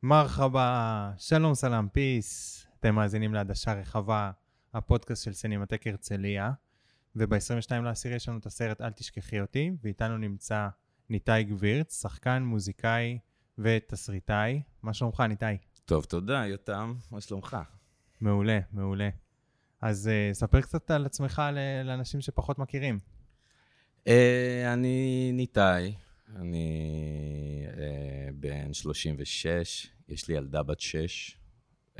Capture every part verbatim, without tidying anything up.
מרחבה, שלום סלאם פיס, אתם מאזינים לעדשה רחבה, הפודקאסט של סינמטק הרצליה, וב-עשרים ושניים לעשירי יש לנו את הסרט אל תשכחי אותי, ואיתנו נמצא ניתאי גבירץ, שחקן, מוזיקאי ותסריטאי. מה שלומך ניתאי? טוב, תודה יותם, מה שלומך? מעולה, מעולה. אז uh, ספר קצת על עצמך לאנשים שפחות מכירים. Uh, אני ניתאי, אני uh, בן שלושים ושש, יש לי ילדה בת שש. Uh,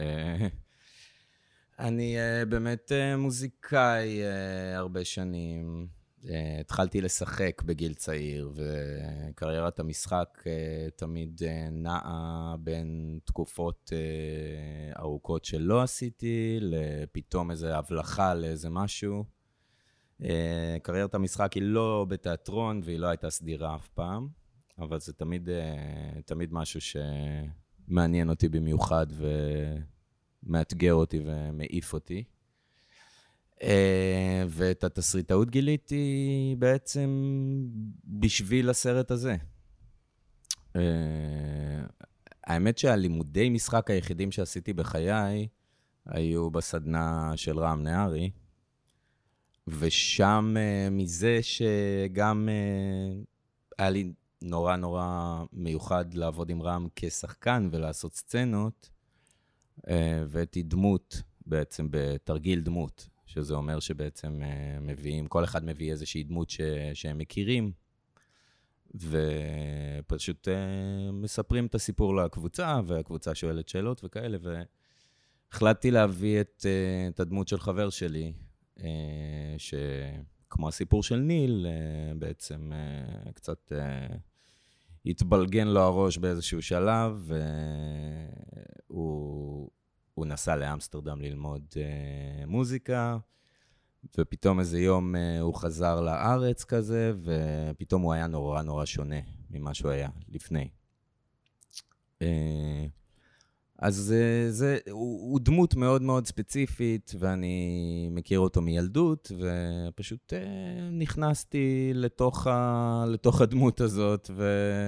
אני uh, באמת uh, מוזיקאי uh, הרבה שנים. Uh, התחלתי לשחק בגיל צעיר, וקריירת המשחק uh, תמיד uh, נעה בין תקופות uh, ארוכות שלא עשיתי, לפתאום איזו הבלחה לאיזה משהו. Uh, קריירת המשחק היא לא בתיאטרון, והיא לא הייתה סדירה אף פעם, אבל זה תמיד, uh, תמיד משהו שמעניין אותי במיוחד, ומאתגר אותי ומעיף אותי. Uh, ואת התסריטאות גיליתי בעצם בשביל הסרט הזה. Uh, האמת שהלימודי משחק היחידים שעשיתי בחיי היו בסדנה של רם נהרי, ושם uh, מזה שגם uh, היה לי נורא נורא מיוחד לעבוד עם רם כשחקן ולעשות סצנות, uh, והייתי דמות בעצם בתרגיל דמות. שזה אומר שבעצם מביאים, כל אחד מביא איזושהי דמות ש, שהם מכירים, ופשוט מספרים את הסיפור לקבוצה, והקבוצה שואלת שאלות וכאלה, והחלטתי להביא את, את הדמות של חבר שלי, שכמו הסיפור של ניל, בעצם קצת התבלגן לו הראש באיזשהו שלב, והוא... הוא נסע לאמסטרדם ללמוד uh, מוזיקה, ופתאום איזה יום uh, הוא חזר לארץ כזה, ופתאום הוא היה נורא נורא שונה ממה שהוא היה לפני. Uh, אז uh, זה, הוא, הוא דמות מאוד מאוד ספציפית, ואני מכיר אותו מילדות, ופשוט uh, נכנסתי לתוך, ה, לתוך הדמות הזאת, ו...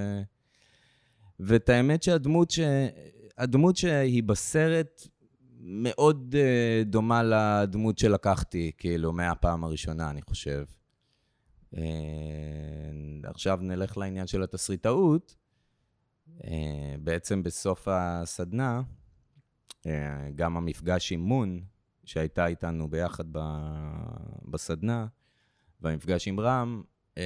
ואת האמת שהדמות ש... הדמות שהיא בסרט מאוד uh, דומה לדמות שלקחתי, כאילו, מהפעם הראשונה, אני חושב. Uh, עכשיו נלך לעניין של התסריטאות. Uh, בעצם בסוף הסדנה, uh, גם המפגש עם מון, שהייתה איתנו ביחד ב- בסדנה, והמפגש עם רם, uh,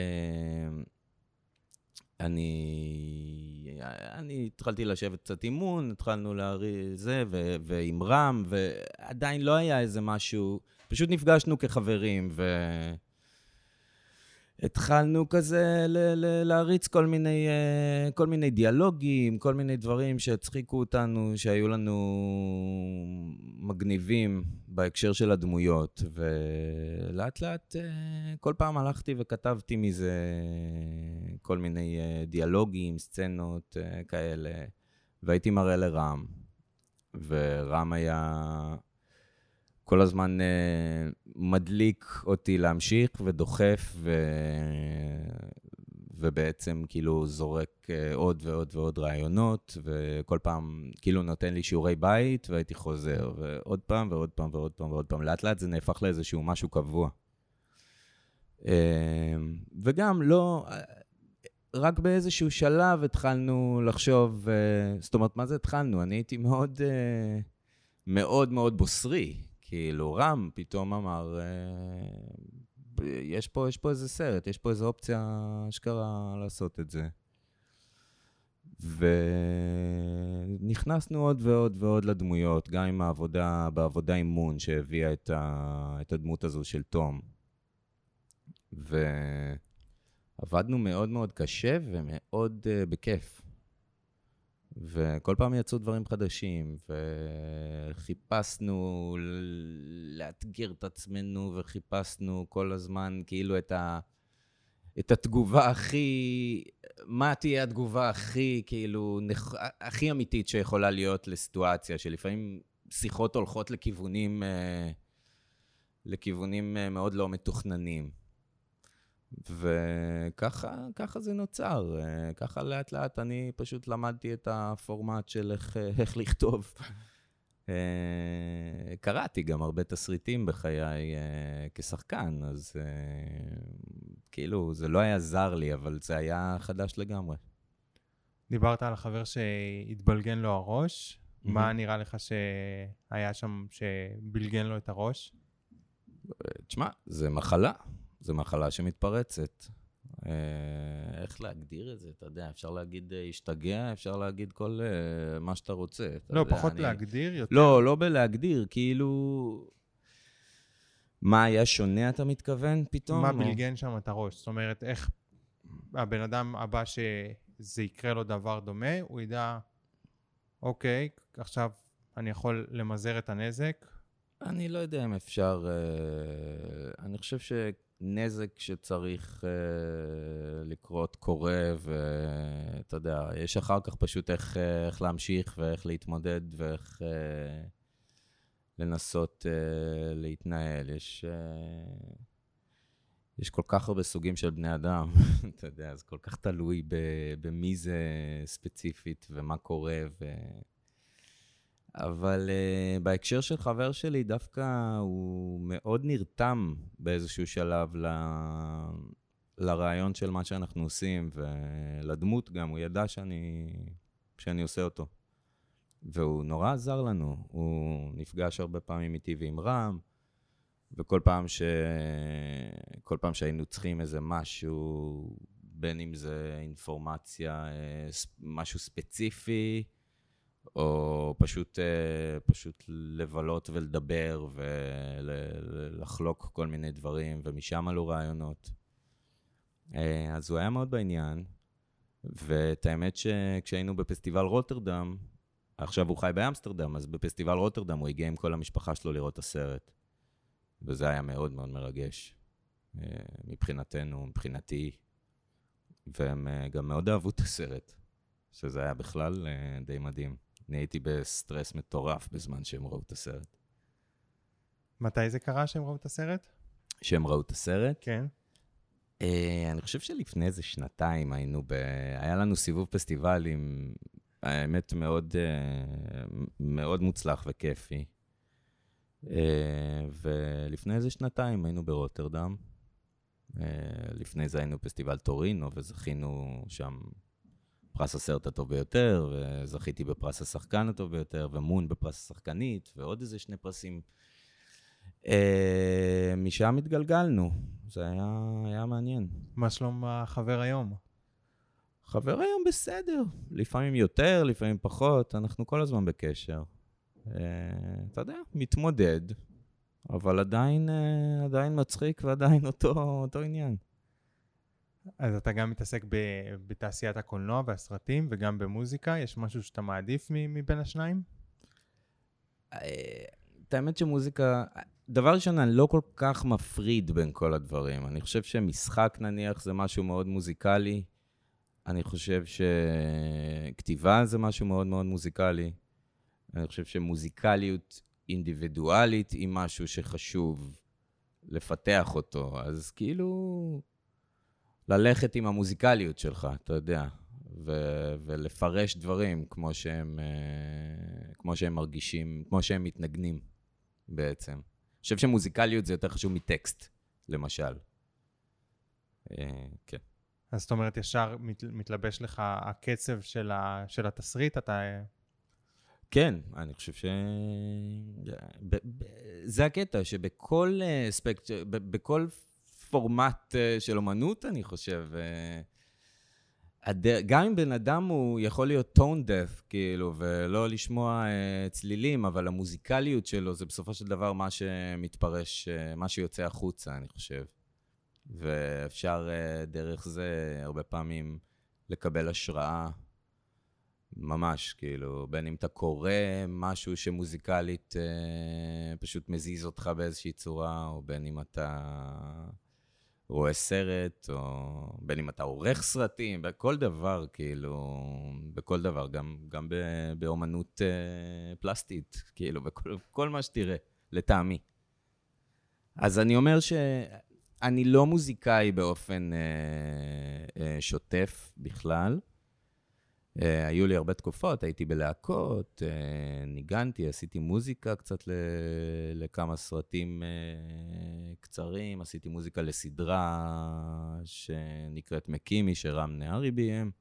אני, אני התחלתי לשבת קצת אימון, התחלנו להריע זה, ו, ועם רם, ועדיין לא היה איזה משהו, פשוט נפגשנו כחברים, והתחלנו כזה ל, ל, להריץ כל מיני, כל מיני דיאלוגים, כל מיני דברים שהצחיקו אותנו, שהיו לנו מגניבים בהקשר של הדמויות, ולאט לאט כל פעם הלכתי וכתבתי מזה כל מיני דיאלוגים, סצנות כאלה, והייתי מראה לרם, ורם היה כל הזמן מדליק אותי להמשיך ודוחף, ו... ובעצם כאילו זורק עוד ועוד ועוד רעיונות, וכל פעם כאילו נותן לי שיעורי בית, והייתי חוזר, ועוד פעם ועוד פעם ועוד פעם ועוד פעם. לאט לאט זה נהפך לאיזשהו משהו קבוע. וגם לא, רק באיזשהו שלב התחלנו לחשוב, זאת אומרת, מה זה התחלנו? אני הייתי מאוד, מאוד מאוד בוסרי. כאילו, רם פתאום אמר, יש פה, יש פה איזה סרט, יש פה איזה אופציה שקרה לעשות את זה. ונכנסנו עוד ועוד ועוד לדמויות, גם עם העבודה, בעבודה אימון שהביאה את, ה, את הדמות הזו של תום. ועבדנו מאוד מאוד קשה ומאוד uh, בכיף. וכל פעם יצאו דברים חדשים, וחיפשנו לאתגר את עצמנו, וחיפשנו כל הזמן כאילו את, ה... את התגובה הכי, מה תהיה התגובה הכי, כאילו, נכ... הכי אמיתית שיכולה להיות לסיטואציה, שלפעמים שיחות הולכות לכיוונים, לכיוונים מאוד לא מתוכננים. וככה, ככה זה נוצר. ככה לאט לאט אני פשוט למדתי את הפורמט של איך, איך לכתוב. קראתי גם הרבה תסריטים בחיי כשחקן, אז כאילו זה לא היה זר לי, אבל זה היה חדש לגמרי. דיברת על החבר שהתבלגן לו הראש. Mm-hmm. מה נראה לך שהיה שם שבלגן לו את הראש? תשמע, זה מחלה. זה מחלה שמתפרצת. איך להגדיר את זה? אתה יודע, אפשר להגיד השתגע, אפשר להגיד כל מה שאתה רוצה. לא, פחות להגדיר יותר. לא, לא בלהגדיר, כאילו... מה היה שונה, אתה מתכוון פתאום? מה בלגן שם את הראש? זאת אומרת, איך הבן אדם הבא שזה יקרה לו דבר דומה, הוא ידע, אוקיי, עכשיו אני יכול למזער את הנזק? אני לא יודע אם אפשר... אני חושב ש... נזק שצריך uh, לקרות קורה, ואתה יודע, יש אחר כך פשוט איך, איך להמשיך ואיך להתמודד ואיך uh, לנסות uh, להתנהל. יש, uh, יש כל כך הרבה סוגים של בני אדם, אתה יודע, זה כל כך תלוי במי זה ספציפית ומה קורה. ו... אבל uh, בהקשר של חבר שלי, דווקא הוא מאוד נרתם באיזשהו שלב ל... לרעיון של מה שאנחנו עושים, ולדמות גם, הוא ידע שאני, שאני עושה אותו. והוא נורא עזר לנו, הוא נפגש הרבה פעמים איתי ועם רם, וכל פעם, ש... כל פעם שהיינו צריכים איזה משהו, בין אם זה אינפורמציה, משהו ספציפי, או פשוט, פשוט לבלות ולדבר ולחלוק כל מיני דברים, ומשם עלו רעיונות. אז הוא היה מאוד בעניין, ואת האמת שכשהיינו בפסטיבל רוטרדם, עכשיו הוא חי באמסטרדם, אז בפסטיבל רוטרדם הוא הגיע עם כל המשפחה שלו לראות את הסרט. וזה היה מאוד מאוד מרגש, מבחינתנו, מבחינתי, והם גם מאוד אהבו את הסרט, שזה היה בכלל די מדהים. אני הייתי בסטרס מטורף בזמן שהם ראו את הסרט. מתי זה קרה שהם ראו את הסרט? שהם ראו את הסרט? כן. אה, אני חושב שלפני איזה שנתיים היינו ב... היה לנו סיבוב פסטיבלים, האמת מאוד, אה, מאוד מוצלח וכיפי. אה, ולפני איזה שנתיים היינו ברוטרדם. אה, לפני זה היינו בפסטיבל טורינו, וזכינו שם... פרס הסרט הטוב ביותר, וזכיתי בפרס השחקן הטוב ביותר, ומון בפרס השחקנית, ועוד איזה שני פרסים. אה, משם התגלגלנו, זה היה, היה מעניין. מה שלום החבר היום? חבר היום בסדר, לפעמים יותר, לפעמים פחות, אנחנו כל הזמן בקשר. אה, אתה יודע, מתמודד, אבל עדיין, אה, עדיין מצחיק, ועדיין אותו, אותו עניין. אז אתה גם מתעסק ב- בתעשיית הקולנוע והסרטים וגם במוזיקה, יש משהו שאתה מעדיף מבין השניים? את האמת שמוזיקה, דבר ראשון, אני לא כל כך מפריד בין כל הדברים. אני חושב שמשחק נניח זה משהו מאוד מוזיקלי, אני חושב שכתיבה זה משהו מאוד מאוד מוזיקלי, אני חושב שמוזיקליות אינדיבידואלית היא משהו שחשוב לפתח אותו, אז כאילו... ללכת עם המוזיקליות שלך, אתה יודע, ו- ולפרש דברים כמו שהם, כמו שהם מרגישים, כמו שהם מתנגנים בעצם. אני חושב שמוזיקליות זה יותר חשוב מטקסט, למשל. כן. אז זאת אומרת, ישר מת, מתלבש לך הקצב של, ה- של התסריט, אתה... כן, אני חושב ש... ב- ב- זה הקטע, שבכל ספקט, ב- בכל... פורמט של אומנות, אני חושב. גם אם בן אדם הוא יכול להיות tone deaf, כאילו, ולא לשמוע צלילים, אבל המוזיקליות שלו זה בסופו של דבר מה שמתפרש, מה שיוצא החוצה, אני חושב. ואפשר דרך זה הרבה פעמים לקבל השראה, ממש, כאילו, בין אם אתה קורא משהו שמוזיקלית פשוט מזיז אותך באיזושהי צורה, או בין אם אתה... רואה סרט, או בין אם אתה עורך סרטים, בכל דבר, כאילו, בכל דבר, גם, גם באומנות אה, פלסטית, כאילו, בכל כל מה שתראה, לטעמי. אז אני אומר ש... אני לא מוזיקאי באופן אה, אה, שוטף בכלל. אה, היו לי הרבה תקופות, הייתי בלהקות, אה, ניגנתי, עשיתי מוזיקה קצת ל, לכמה סרטים אה, קצרים, עשיתי מוזיקה לסדרה שנקראת מקימי, שרם נהרי ביים.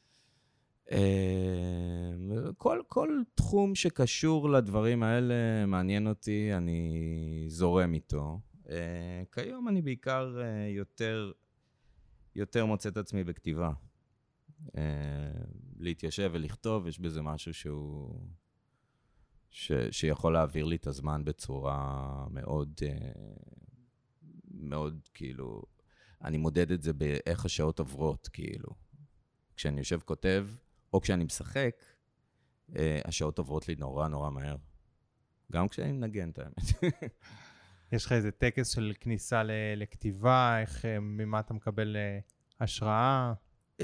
כל, כל תחום שקשור לדברים האלה מעניין אותי, אני זורם איתו. כיום אני בעיקר יותר, יותר מוצא את עצמי בכתיבה. להתיישב ולכתוב, יש בזה משהו שהוא, ש, שיכול להעביר לי את הזמן בצורה מאוד, מאוד כאילו, אני מודד את זה באיך השעות עוברות, כאילו. כשאני יושב כותב, או כשאני משחק, השעות עוברות לי נורא נורא מהר. גם כשאני מנגן את האמת. יש לך איזה טקס של כניסה לכתיבה, איך, ממה אתה מקבל השראה?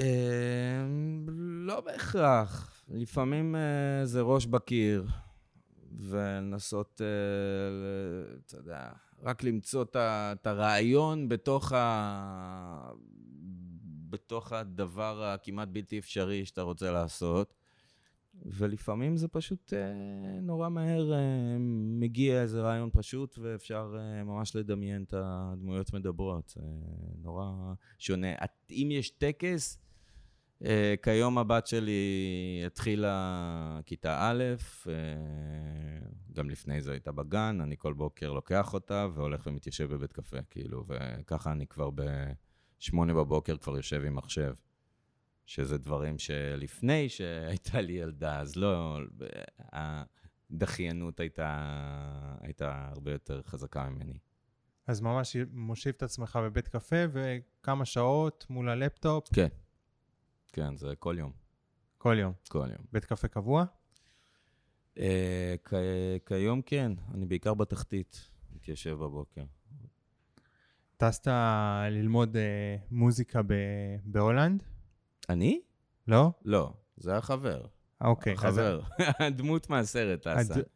לא בהכרח. לפעמים זה ראש בקיר, ולנסות, אתה יודע, רק למצוא את הרעיון בתוך ה... בתוך הדבר הכמעט בלתי אפשרי שאתה רוצה לעשות, ולפעמים זה פשוט אה, נורא מהר אה, מגיע איזה רעיון פשוט, ואפשר אה, ממש לדמיין את הדמויות מדברות. זה נורא שונה. אם יש טקס, אה, כיום הבת שלי התחילה כיתה א', אה, גם לפני זה הייתה בגן, אני כל בוקר לוקח אותה והולך ומתיישב בבית קפה, כאילו, וככה אני כבר ב... שמונה בבוקר כבר יושב עם מחשב, שזה דברים שלפני שהייתה לי ילדה, אז לא, הדחיינות הייתה, הייתה הרבה יותר חזקה ממני. אז ממש מושיב את עצמך בבית קפה וכמה שעות מול הלפטופ? כן, כן, זה כל יום. כל יום? כל יום. בית קפה קבוע? אה, כ- כיום כן, אני בעיקר בתחתית, מתיישב בבוקר. טסת ללמוד אה, מוזיקה ב- בהולנד? אני? לא? לא, זה היה חבר. אוקיי. חבר, הדמות מהסרט טסה. הד...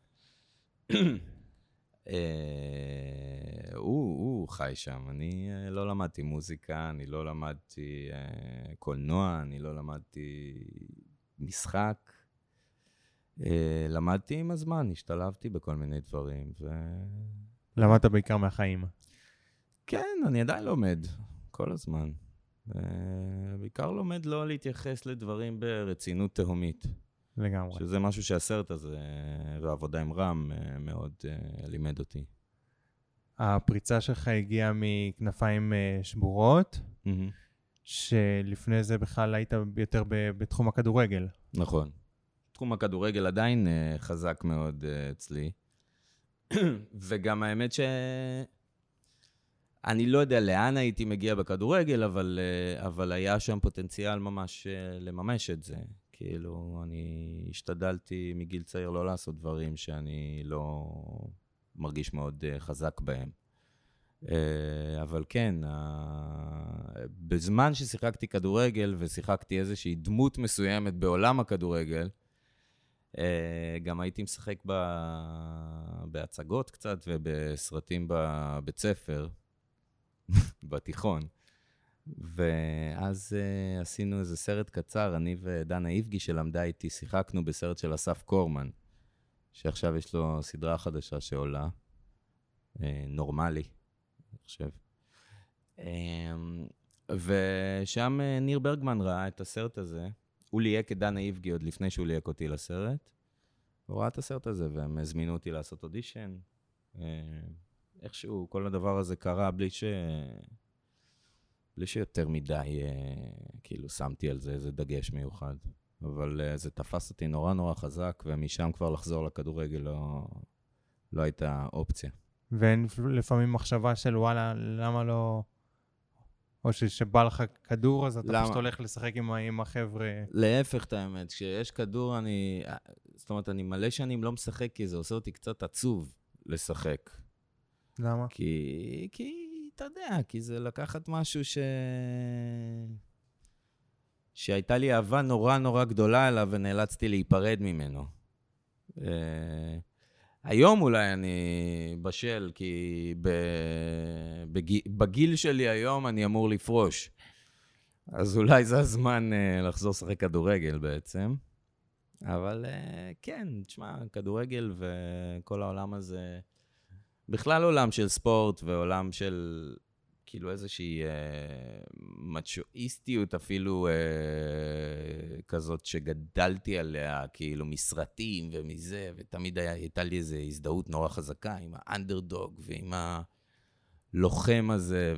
אה, הוא, הוא חי שם. אני אה, לא למדתי מוזיקה, אני לא למדתי אה, קולנוע, אני לא למדתי משחק. אה, למדתי עם הזמן, השתלבתי בכל מיני דברים. ו... למדת בעיקר מהחיים. כן, אני עדיין לומד, כל הזמן. אה, בעיקר לומד לא להתייחס לדברים ברצינות תהומית. לגמרי. שזה משהו שהסרט הזה, והעבודה עם רם, מאוד uh, לימד אותי. הפריצה שלך הגיעה מכנפיים uh, שבורות, Mm-hmm. שלפני זה בכלל היית יותר ב- בתחום הכדורגל. נכון. תחום הכדורגל עדיין uh, חזק מאוד uh, אצלי. וגם האמת ש... אני לא יודע לאן הייתי מגיע בכדורגל, אבל, uh, אבל היה שם פוטנציאל ממש uh, לממש את זה. כאילו, אני השתדלתי מגיל צעיר לא לעשות דברים שאני לא מרגיש מאוד uh, חזק בהם. Uh, אבל כן, uh, בזמן ששיחקתי כדורגל ושיחקתי איזושהי דמות מסוימת בעולם הכדורגל, uh, גם הייתי משחק ב... בהצגות קצת ובסרטים בבית ספר, בתיכון. ואז uh, עשינו איזה סרט קצר, אני ודנה איבגי שלמדה איתי, שיחקנו בסרט של אסף קורמן, שעכשיו יש לו סדרה חדשה שעולה, uh, נורמלי, אני חושב. Um, ושם uh, ניר ברגמן ראה את הסרט הזה, הוא ליהק את דנה איבגי עוד לפני שהוא ליהק אותי לסרט, הוא ראה את הסרט הזה והם הזמינו אותי לעשות אודישן. Uh, איכשהו כל הדבר הזה קרה בלי ש... בלי שיותר מדי, כאילו, שמתי על זה איזה דגש מיוחד. אבל זה תפס אותי נורא נורא חזק, ומשם כבר לחזור לכדורגל לא, לא הייתה אופציה. ואין לפעמים מחשבה של וואלה, למה לא... או שבא לך כדור, אז אתה למה? פשוט הולך לשחק עם, עם החבר'ה. להפך את האמת, כשיש כדור, אני... זאת אומרת, אני מלא שנים לא משחק, כי זה עושה אותי קצת עצוב לשחק. למה? כי... כי... אתה יודע, כי זה לקחת משהו ש... שהייתה לי אהבה נורא נורא גדולה אליו, ונאלצתי להיפרד ממנו. היום אולי אני בשל, כי בגיל, בגיל שלי היום אני אמור לפרוש. אז אולי זה הזמן uh, לחזור לשחק כדורגל בעצם. אבל uh, כן, תשמע, כדורגל וכל העולם הזה, בכלל עולם של ספורט ועולם של כאילו איזושהי uh, מצ'ואיסטיות אפילו uh, כזאת שגדלתי עליה, כאילו מסרטים ומזה, ותמיד היה, הייתה לי איזו הזדהות נורא חזקה עם האנדרדוג ועם הלוחם הזה,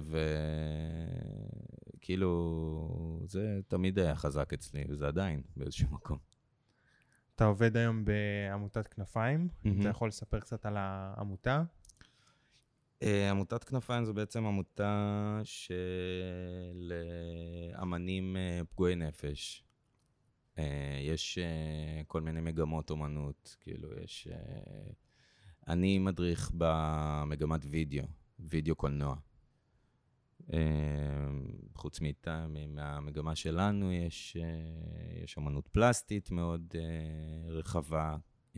וכאילו זה תמיד היה חזק אצלי, וזה עדיין באיזשהו מקום. אתה עובד היום בעמותת כנפיים, mm-hmm. אתה יכול לספר קצת על העמותה? Uh, עמותת כנפיים זו בעצם עמותה של uh, אמנים uh, פגועי נפש. Uh, יש uh, כל מיני מגמות אומנות, כאילו יש... Uh, אני מדריך במגמת וידאו, וידאו קולנוע. Uh, חוץ מאיתה, מהמגמה שלנו יש, uh, יש אמנות פלסטית מאוד uh, רחבה. Uh,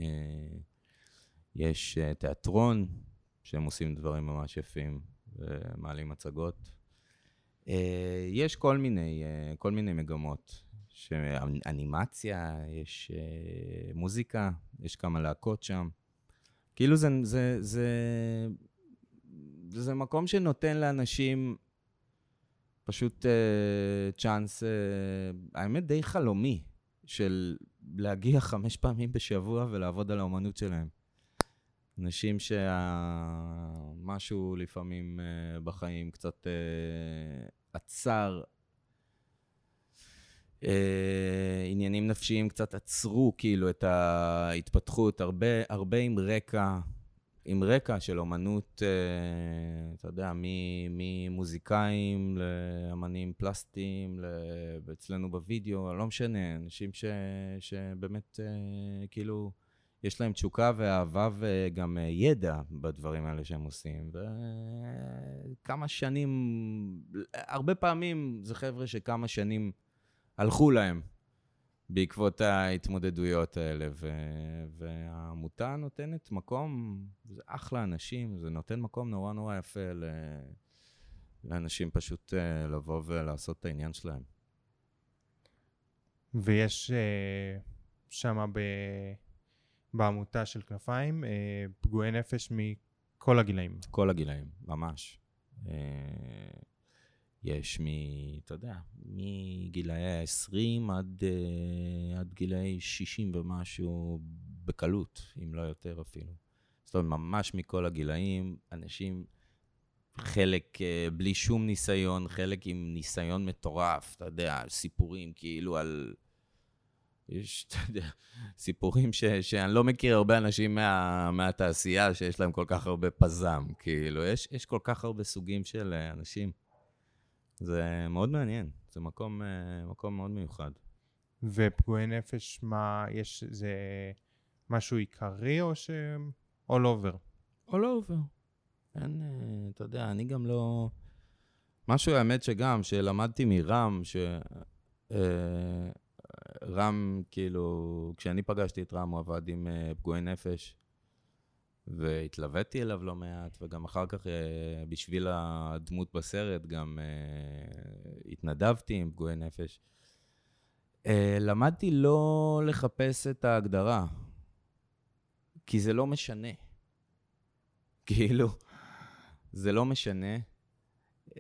יש uh, תיאטרון, שהם עושים דברים ממש יפים ומעלים מצגות. יש כל מיני, כל מיני מגמות. אנימציה, יש מוזיקה, יש כמה להקות שם. כאילו זה, זה, זה, זה מקום שנותן לאנשים פשוט צ'אנס, האמת די חלומי, של להגיע חמש פעמים בשבוע ולעבוד על האומנות שלהם. אנשים שמשהו לפעמים uh, בחיים קצת uh, עצר, uh, עניינים נפשיים קצת עצרו כאילו את ההתפתחות, הרבה, הרבה עם רקע, עם רקע של אומנות, uh, אתה יודע, ממוזיקאים לאמנים פלסטיים, אצלנו בווידאו, לא משנה, אנשים ש, שבאמת uh, כאילו... יש להם תשוקה ואהבה וגם ידע בדברים האלה שהם עושים. וכמה שנים, הרבה פעמים זה חבר'ה שכמה שנים הלכו להם בעקבות ההתמודדויות האלה. והעמותה נותנת מקום, זה אחלה אנשים, זה נותן מקום נורא נורא יפה לאנשים פשוט לבוא ולעשות את העניין שלהם. ויש שמה ב... בעמותה של כנפיים, פגועי נפש מכל הגילאים. כל הגילאים, ממש. יש מ, אתה יודע, מגילאי ה-עשרים עד, עד גילאי שישים ומשהו בקלות, אם לא יותר אפילו. זאת אומרת, ממש מכל הגילאים, אנשים, חלק בלי שום ניסיון, חלק עם ניסיון מטורף, אתה יודע, סיפורים כאילו על... יש, אתה יודע, סיפורים ש, שאני לא מכיר הרבה אנשים מה, מהתעשייה שיש להם כל כך הרבה פזם, כאילו, יש, יש כל כך הרבה סוגים של אנשים. זה מאוד מעניין, זה מקום, מקום מאוד מיוחד. ופגועי נפש, מה, יש, זה משהו עיקרי או ש... all over? all over. אין, אתה יודע, אני גם לא... משהו האמת שגם, שלמדתי מרם, ש... רם, כאילו, כשאני פגשתי את רם, הוא עבד עם uh, פגועי נפש, והתלוויתי אליו לא מעט, וגם אחר כך, uh, בשביל הדמות בסרט, גם uh, התנדבתי עם פגועי נפש. Uh, למדתי לא לחפש את ההגדרה, כי זה לא משנה. כאילו, זה לא משנה. Uh,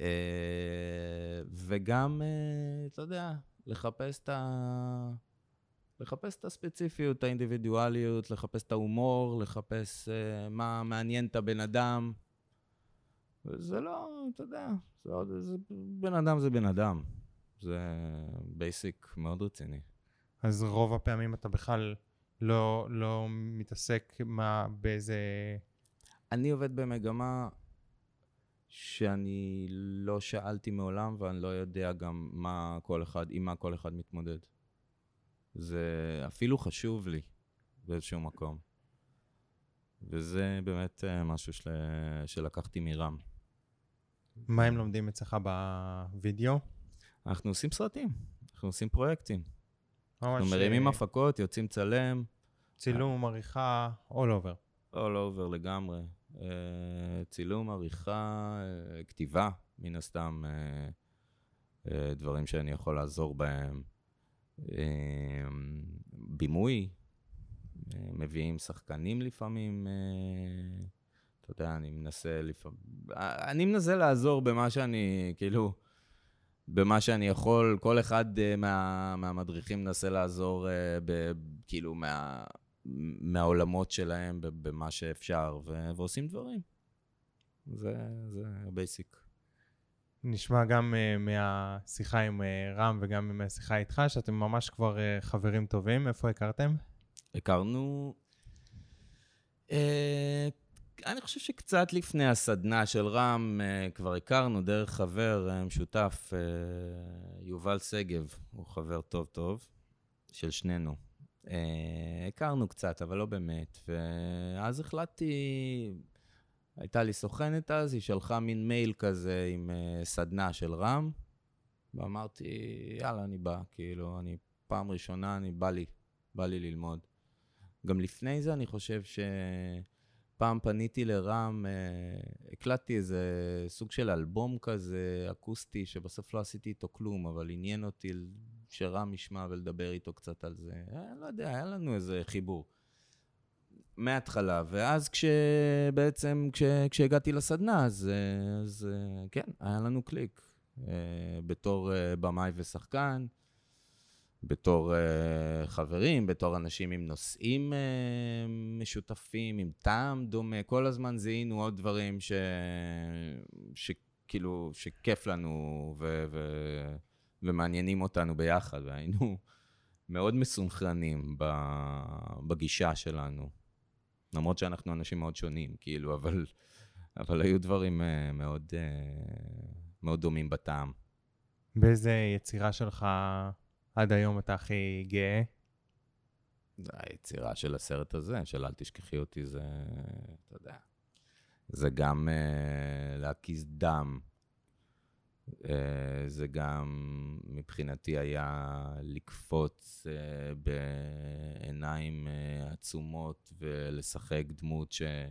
וגם, uh, אתה יודע, לחפש את ה... לחפש את הספציפיות, את האינדיבידואליות, לחפש את ההומור, לחפש uh, מה מעניין את הבן אדם. וזה לא, אתה יודע, זה עוד, זה, בן אדם זה בן אדם. זה בייסיק מאוד רציני. אז רוב הפעמים אתה בכלל לא, לא מתעסק מה, באיזה... אני עובד במגמה שאני לא שאלתי מעולם, ואני לא יודע גם מה כל אחד, עם מה כל אחד מתמודד. זה אפילו חשוב לי באיזשהו מקום. וזה באמת משהו של... שלקחתי מרם. מה הם לומדים אצלך בווידאו? אנחנו עושים סרטים, אנחנו עושים פרויקטים. אנחנו ש... מרימים הפקות, יוצאים צלם. צילום, עריכה, all over. all over לגמרי. Uh, צילום, עריכה, uh, כתיבה, מן הסתם, uh, uh, דברים שאני יכול לעזור בהם. Uh, בימוי, uh, מביאים שחקנים לפעמים, uh, אתה יודע, אני מנסה לפעמים, אני מנסה לעזור במה שאני, כאילו, במה שאני יכול, כל אחד uh, מה, מהמדריכים מנסה לעזור, uh, ב, כאילו, מה... מהעולמות שלהם במה שאפשר, ו- ועושים דברים. זה, זה הבייסיק. נשמע גם uh, מהשיחה עם uh, רם וגם מהשיחה איתך, שאתם ממש כבר uh, חברים טובים. איפה הכרתם? הכרנו, uh, אני חושב שקצת לפני הסדנה של רם, uh, כבר הכרנו דרך חבר uh, משותף, uh, יובל סגב, הוא חבר טוב טוב, של שנינו. Uh, הכרנו קצת, אבל לא באמת, ואז החלטתי, הייתה לי סוכנת אז, היא שלחה מין מייל כזה עם uh, סדנה של רם, ואמרתי, יאללה, אני בא, כאילו, אני פעם ראשונה, אני בא לי, בא לי ללמוד. גם לפני זה אני חושב שפעם פניתי לרם, uh, הקלטתי איזה סוג של אלבום כזה, אקוסטי, שבסוף לא עשיתי איתו כלום, אבל עניין אותי שרם ישמע ולדבר איתו קצת על זה. אני לא יודע, היה לנו איזה חיבור. מההתחלה, ואז כשבעצם, כש, כשהגעתי לסדנה, אז, אז כן, היה לנו קליק. בתור במאי ושחקן, בתור חברים, בתור אנשים עם נושאים משותפים, עם טעם דומה, כל הזמן זיהינו עוד דברים ש, שכאילו, שכיף לנו ו... ו ומעניינים אותנו ביחד, והיינו מאוד מסונכרנים בגישה שלנו. למרות שאנחנו אנשים מאוד שונים, כאילו, אבל, אבל היו דברים מאוד, מאוד דומים בטעם. באיזה יצירה שלך עד היום אתה הכי גאה? היצירה של הסרט הזה, של אל תשכחי אותי, זה, אתה יודע, זה גם להקיז דם, זה גם מבחינתי היה לקפוץ בעיניים עצומות ולשחק דמות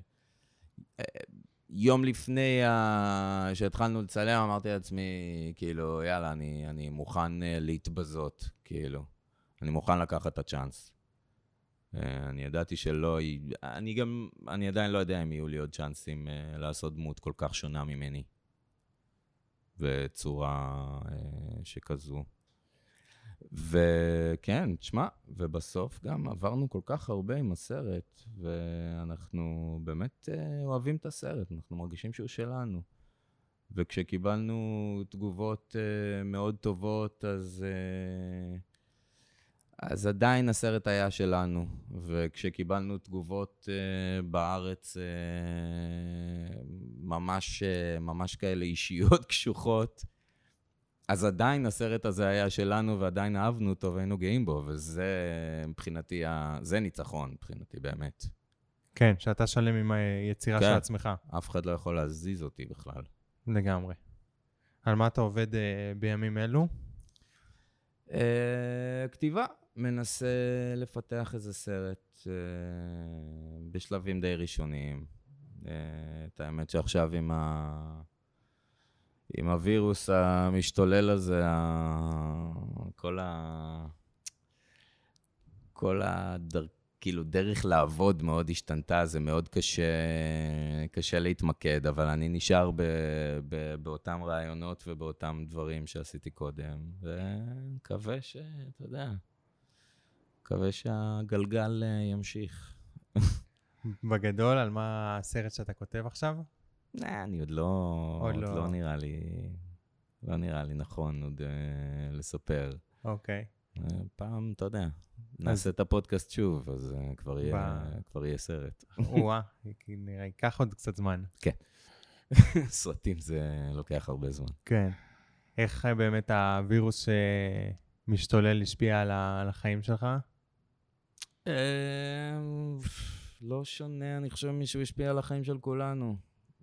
שיום לפני שהתחלנו לצלם אמרתי לעצמי, כאילו, יאללה, אני, אני מוכן להתבזות, כאילו, אני מוכן לקחת את הצ'אנס. אני ידעתי שלא, אני גם, אני עדיין לא יודע אם יהיו לי עוד צ'אנסים לעשות דמות כל כך שונה ממני. וצורה שכזו. וכן, תשמע, ובסוף גם עברנו כל כך הרבה עם הסרט, ואנחנו באמת אוהבים את הסרט, אנחנו מרגישים שהוא שלנו. וכשקיבלנו תגובות מאוד טובות, אז, אז עדיין הסרט היה שלנו. וכשקיבלנו תגובות בארץ, ממש, ממש כאלה אישיות קשוחות, אז עדיין הסרט הזה היה שלנו, ועדיין אהבנו אותו והיינו גאים בו, וזה מבחינתי, זה ניצחון מבחינתי באמת. כן, שאתה שלם עם היצירה כן, של עצמך. אף אחד לא יכול להזיז אותי בכלל. לגמרי. על מה אתה עובד uh, בימים אלו? Uh, כתיבה. מנסה לפתח איזה סרט uh, בשלבים די ראשוניים. Uh, את האמת שעכשיו עם ה... עם הווירוס המשתולל הזה, כל ה... כל הדר... כאילו דרך לעבוד מאוד השתנתה, זה מאוד קשה, קשה להתמקד, אבל אני נשאר ב... ב... באותם רעיונות ובאותם דברים שעשיתי קודם, ומקווה שאתה יודע, מקווה שהגלגל ימשיך. בגדול, על מה הסרט שאתה כותב עכשיו? נה, אני עוד לא, עוד לא. לא נראה לי, לא נראה לי נכון עוד uh, לספר. אוקיי. Uh, פעם, אתה יודע, נעשה את הפודקאסט שוב, אז uh, כבר, יהיה, כבר יהיה סרט. וואה, נראה, ייקח עוד קצת זמן. כן. סרטים זה לוקח הרבה זמן. כן. איך באמת הווירוס שמשתולל השפיע על החיים שלך? לא שונה, אני חושב מישהו השפיע על החיים של כולנו.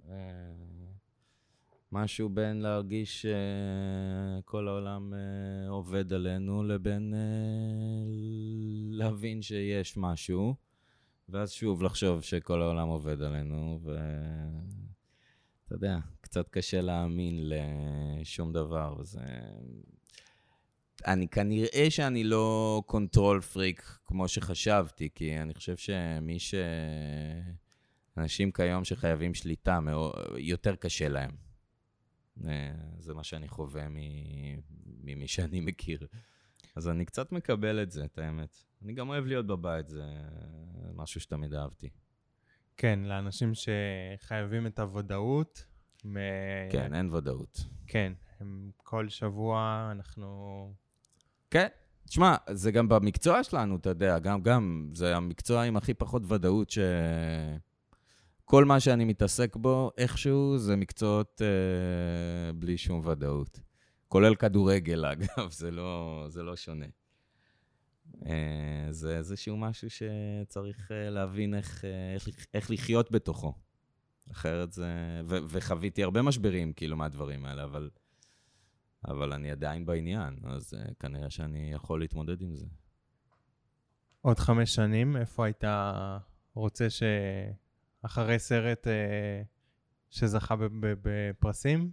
משהו בין להרגיש שכל העולם עובד עלינו, לבין להבין שיש משהו, ואז שוב לחשוב שכל העולם עובד עלינו, ואתה יודע, קצת קשה להאמין לשום דבר, וזה... אני כנראה שאני לא קונטרול פריק כמו שחשבתי, כי אני חושב שמי ש... אנשים כיום שחייבים שליטה, יותר קשה להם. זה מה שאני חווה ממי שאני מכיר. אז אני קצת מקבל את זה, את האמת. אני גם אוהב להיות בבית, זה משהו שתמיד אהבתי. כן, לאנשים שחייבים את הוודאות. מ... כן, אין ודאות. כן, הם כל שבוע אנחנו... כן, תשמע, זה גם במקצוע שלנו, אתה יודע, גם, גם, זה המקצוע עם הכי פחות ודאות ש... כל מה שאני מתעסק בו, איכשהו, זה מקצועות אה, בלי שום ודאות. כולל כדורגל, אגב, זה לא, זה לא שונה. אה, זה איזשהו משהו שצריך אה, להבין איך, אה, איך, איך לחיות בתוכו. אחרת זה... ו, וחוויתי הרבה משברים, כאילו, מהדברים האלה, אבל, אבל אני עדיין בעניין, אז אה, כנראה שאני יכול להתמודד עם זה. עוד חמש שנים, איפה היית רוצה ש... אחרי סרט אה, שזכה בפרסים?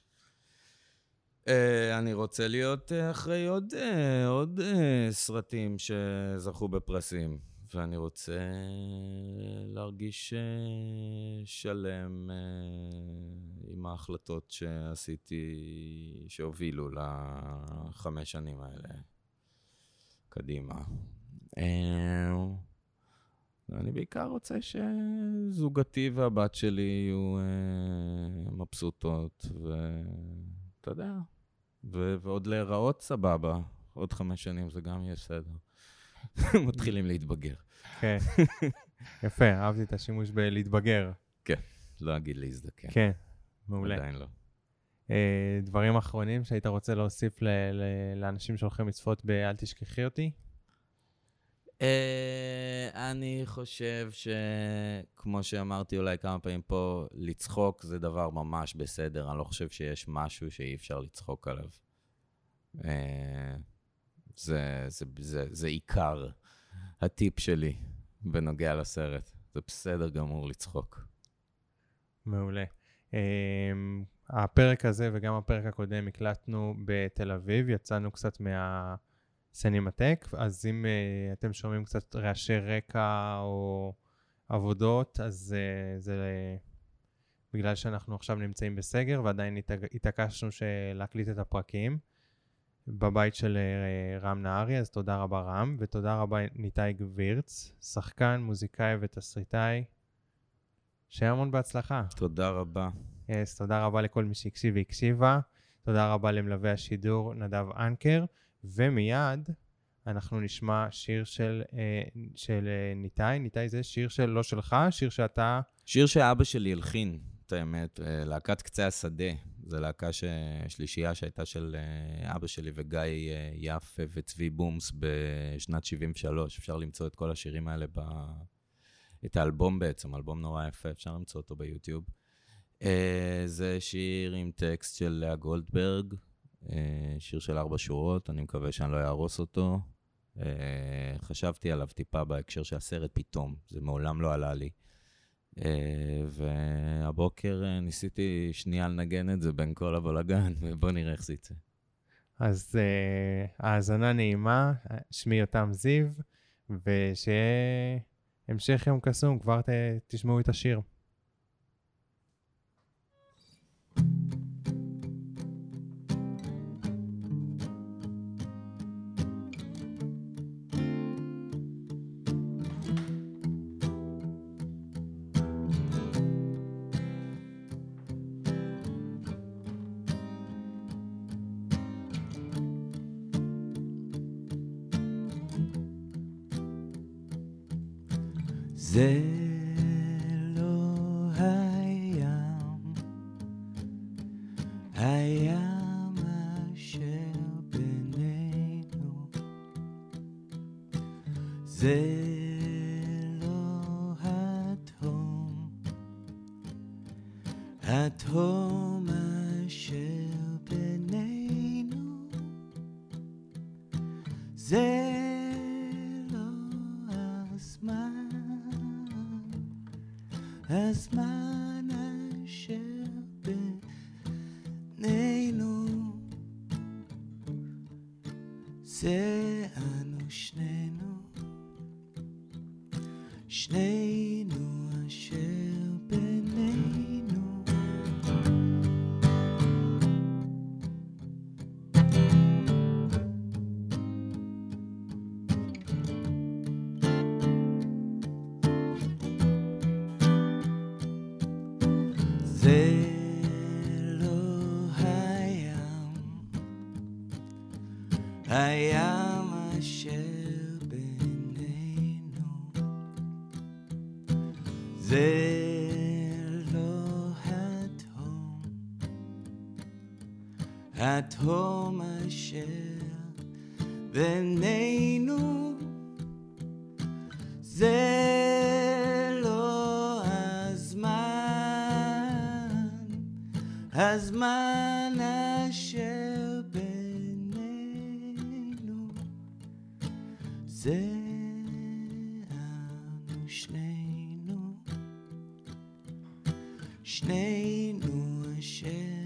אה, אני רוצה להיות אה, אחרי עוד, אה, עוד אה, סרטים שזכו בפרסים, ואני רוצה אה, להרגיש אה, שלם אה, עם ההחלטות שעשיתי, שהובילו לחמש שנים האלה קדימה. אה, אני בעיקר רוצה שזוגתי והבת שלי יהיו אה, מבסוטות, ואתה יודע, ו- ועוד להיראות סבבה. עוד חמש שנים זה גם יהיה בסדר. מתחילים להתבגר. כן, יפה, אהבתי את השימוש בלהתבגר. כן, לא אגיד להזדקן. כן, מעולה. עדיין לא. אה, דברים אחרונים שהיית רוצה להוסיף ל- ל- לאנשים שהולכים לצפות ב"אל תשכחי אותי"? Uh, אני חושב שכמו שאמרתי אולי כמה פעמים פה, לצחוק זה דבר ממש בסדר. אני לא חושב שיש משהו שאי אפשר לצחוק עליו. Uh, זה, זה, זה, זה עיקר הטיפ שלי בנוגע לסרט. זה בסדר גמור לצחוק. מעולה. Um, הפרק הזה וגם הפרק הקודם הקלטנו בתל אביב, יצאנו קצת מה... סינמטק, אז אם uh, אתם שומעים קצת רעשי רקע או עבודות, אז uh, זה uh, בגלל שאנחנו עכשיו נמצאים בסגר, ועדיין התעקשנו להקליט את הפרקים בבית של uh, רם נהרי, אז תודה רבה רם, ותודה רבה ניתאי גבירץ, שחקן, מוזיקאי ותסריטאי, שיהיה המון בהצלחה. תודה רבה. Yes, תודה רבה לכל מי שהקשיב והקשיבה, תודה רבה למלווה השידור נדב אנקר, ומיד אנחנו נשמע שיר של, של ניתאי. ניתאי זה שיר של לא שלך, שיר שאתה... שיר שאבא שלי הלחין, את האמת, להקת קצה השדה. זו להקה שלישייה שהייתה של אבא שלי וגיא יפה וצבי בומס בשנת שבעים ושלוש. אפשר למצוא את כל השירים האלה, ב... את האלבום בעצם, אלבום נורא יפה, אפשר למצוא אותו ביוטיוב. זה שיר עם טקסט של לאה גולדברג, שיר של ארבע שורות, אני מקווה שאני לא אהרוס אותו. חשבתי עליו טיפה בהקשר של הסרט פתאום, זה מעולם לא עלה לי. והבוקר ניסיתי שנייה לנגן את זה בין כל הבלגן, ובוא נראה איך זה יצא. אז האזנה נעימה, שמי יותם זיו, ושיהיה המשך יום קסום, כבר תשמעו את השיר. זה לא הים, הים אשר בינינו, זה לא התהום, התהום אשר בינינו, זה לא הזמן. הזמן אשר בינינו זה אנו שנינו, שנינו אשר בינינו. זה לא הים, הים אשר בינינו, זה לא התהום, התהום אשר בינינו, זה לא הזמן, הזמן אשר בינינו, זה אנו שנינו, שנינו אשר